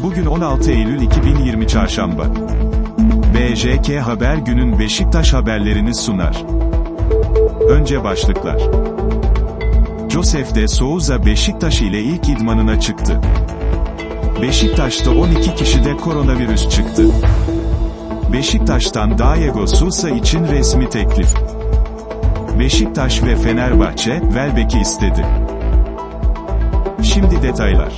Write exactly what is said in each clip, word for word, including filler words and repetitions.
Bugün on altı Eylül iki bin yirmi Çarşamba. B J K Haber günün Beşiktaş haberlerini sunar. Önce başlıklar. Josef de Souza Beşiktaş ile ilk idmanına çıktı. Beşiktaş'ta on iki kişide koronavirüs çıktı. Beşiktaş'tan Diego Souza için resmi teklif. Beşiktaş ve Fenerbahçe, Welbeck'i istedi. Şimdi detaylar.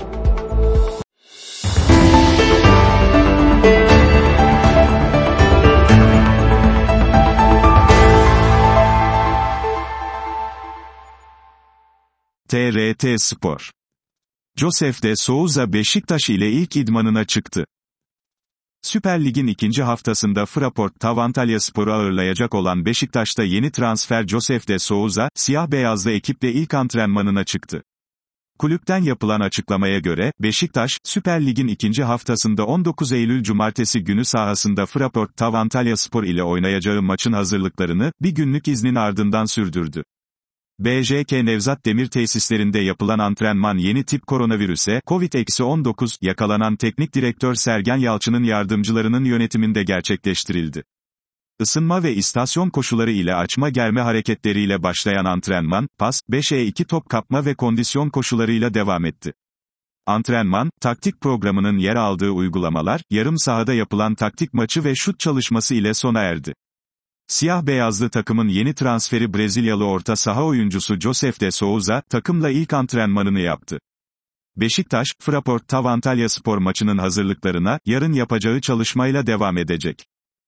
T R T Spor. Josef de Souza Beşiktaş ile ilk idmanına çıktı. Süper Lig'in ikinci haftasında Fraport Tavantalyaspor'u ağırlayacak olan Beşiktaş'ta yeni transfer Josef de Souza, siyah beyazlı ekiple ilk antrenmanına çıktı. Kulüpten yapılan açıklamaya göre, Beşiktaş, Süper Lig'in ikinci haftasında on dokuz Eylül Cumartesi günü sahasında Fraport Tavantalyaspor ile oynayacağı maçın hazırlıklarını, bir günlük iznin ardından sürdürdü. B J K Nevzat Demir tesislerinde yapılan antrenman yeni tip koronavirüse, Covid on dokuz, yakalanan teknik direktör Sergen Yalçın'ın yardımcılarının yönetiminde gerçekleştirildi. Isınma ve istasyon koşuları ile açma germe hareketleriyle başlayan antrenman, pas, beşe iki top kapma ve kondisyon koşularıyla devam etti. Antrenman, taktik programının yer aldığı uygulamalar, yarım sahada yapılan taktik maçı ve şut çalışması ile sona erdi. Siyah-beyazlı takımın yeni transferi Brezilyalı orta saha oyuncusu Josef de Souza, takımla ilk antrenmanını yaptı. Beşiktaş, Fraport Tavantalyaspor maçının hazırlıklarına, yarın yapacağı çalışmayla devam edecek.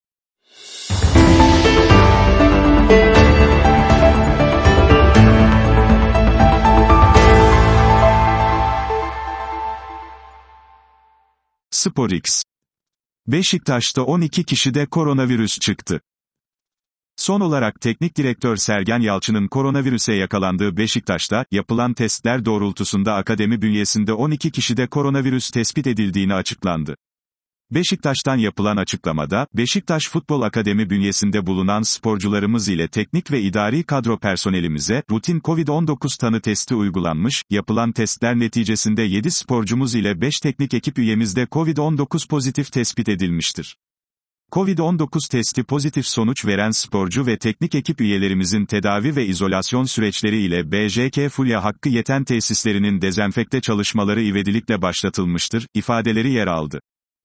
SporX. Beşiktaş'ta on iki kişide koronavirüs çıktı. Son olarak teknik direktör Sergen Yalçın'ın koronavirüse yakalandığı Beşiktaş'ta, yapılan testler doğrultusunda akademi bünyesinde on iki kişide koronavirüs tespit edildiğini açıklandı. Beşiktaş'tan yapılan açıklamada, Beşiktaş Futbol Akademi bünyesinde bulunan sporcularımız ile teknik ve idari kadro personelimize, rutin Covid on dokuz tanı testi uygulanmış, yapılan testler neticesinde yedi sporcumuz ile beş teknik ekip üyemizde Covid on dokuz pozitif tespit edilmiştir. Covid on dokuz testi pozitif sonuç veren sporcu ve teknik ekip üyelerimizin tedavi ve izolasyon süreçleri ile B J K Fulya hakkı yeten tesislerinin dezenfekte çalışmaları ivedilikle başlatılmıştır, ifadeleri yer aldı.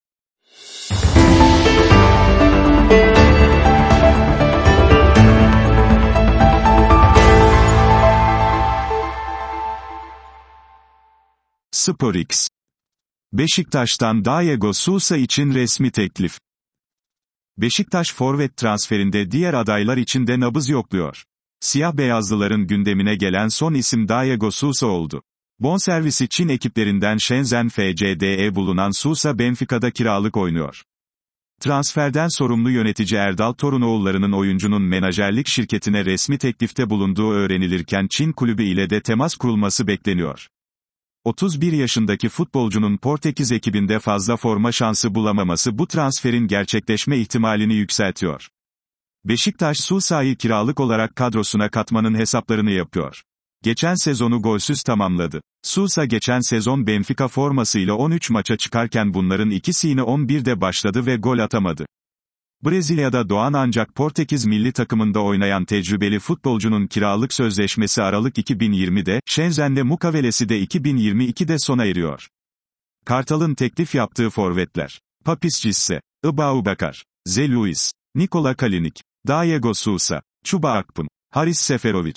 SporX. Beşiktaş'tan Diego Souza için resmi teklif. Beşiktaş forvet transferinde diğer adaylar için de nabız yokluyor. Siyah-beyazlıların gündemine gelen son isim Diego Souza oldu. Bonservisi Çin ekiplerinden Shenzhen F C D'de bulunan Souza Benfica'da kiralık oynuyor. Transferden sorumlu yönetici Erdal Torunoğulları'nın oyuncunun menajerlik şirketine resmi teklifte bulunduğu öğrenilirken Çin kulübü ile de temas kurulması bekleniyor. otuz bir yaşındaki futbolcunun Portekiz ekibinde fazla forma şansı bulamaması bu transferin gerçekleşme ihtimalini yükseltiyor. Beşiktaş Souza'yı kiralık olarak kadrosuna katmanın hesaplarını yapıyor. Geçen sezonu golsüz tamamladı. Souza geçen sezon Benfica formasıyla on üç maça çıkarken bunların ikisini on birde başladı ve gol atamadı. Brezilya'da doğan ancak Portekiz milli takımında oynayan tecrübeli futbolcunun kiralık sözleşmesi Aralık iki bin yirmide, Shenzhen'de mukavelesi de iki bin yirmi ikide sona eriyor. Kartal'ın teklif yaptığı forvetler: Papis Cisse, Abubacar, Zé Luis, Nikola Kalinic, Diego Souza, Chuba Akpom, Haris Seferovic.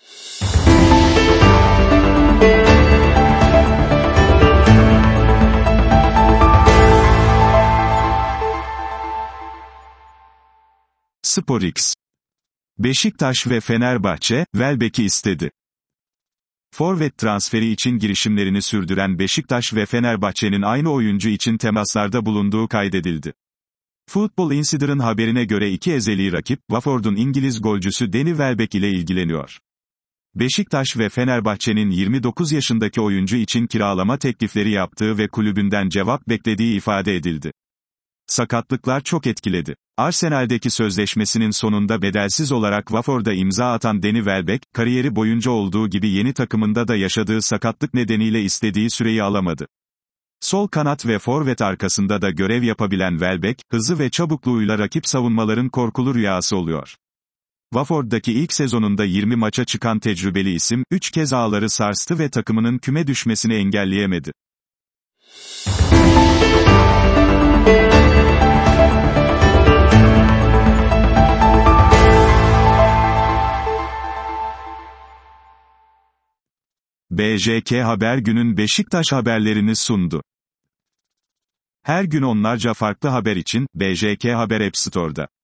SporX. Beşiktaş ve Fenerbahçe, Welbeck'i istedi. Forvet transferi için girişimlerini sürdüren Beşiktaş ve Fenerbahçe'nin aynı oyuncu için temaslarda bulunduğu kaydedildi. Football Insider'ın haberine göre iki ezeli rakip, Watford'un İngiliz golcüsü Danny Welbeck ile ilgileniyor. Beşiktaş ve Fenerbahçe'nin yirmi dokuz yaşındaki oyuncu için kiralama teklifleri yaptığı ve kulübünden cevap beklediği ifade edildi. Sakatlıklar çok etkiledi. Arsenal'deki sözleşmesinin sonunda bedelsiz olarak Watford'a imza atan Danny Welbeck, kariyeri boyunca olduğu gibi yeni takımında da yaşadığı sakatlık nedeniyle istediği süreyi alamadı. Sol kanat ve forvet arkasında da görev yapabilen Welbeck, hızı ve çabukluğuyla rakip savunmaların korkulu rüyası oluyor. Watford'daki ilk sezonunda yirmi maça çıkan tecrübeli isim, üç kez ağları sarstı ve takımının küme düşmesini engelleyemedi. B J K Haber günün Beşiktaş haberlerini sundu. Her gün onlarca farklı haber için, B J K Haber App Store'da.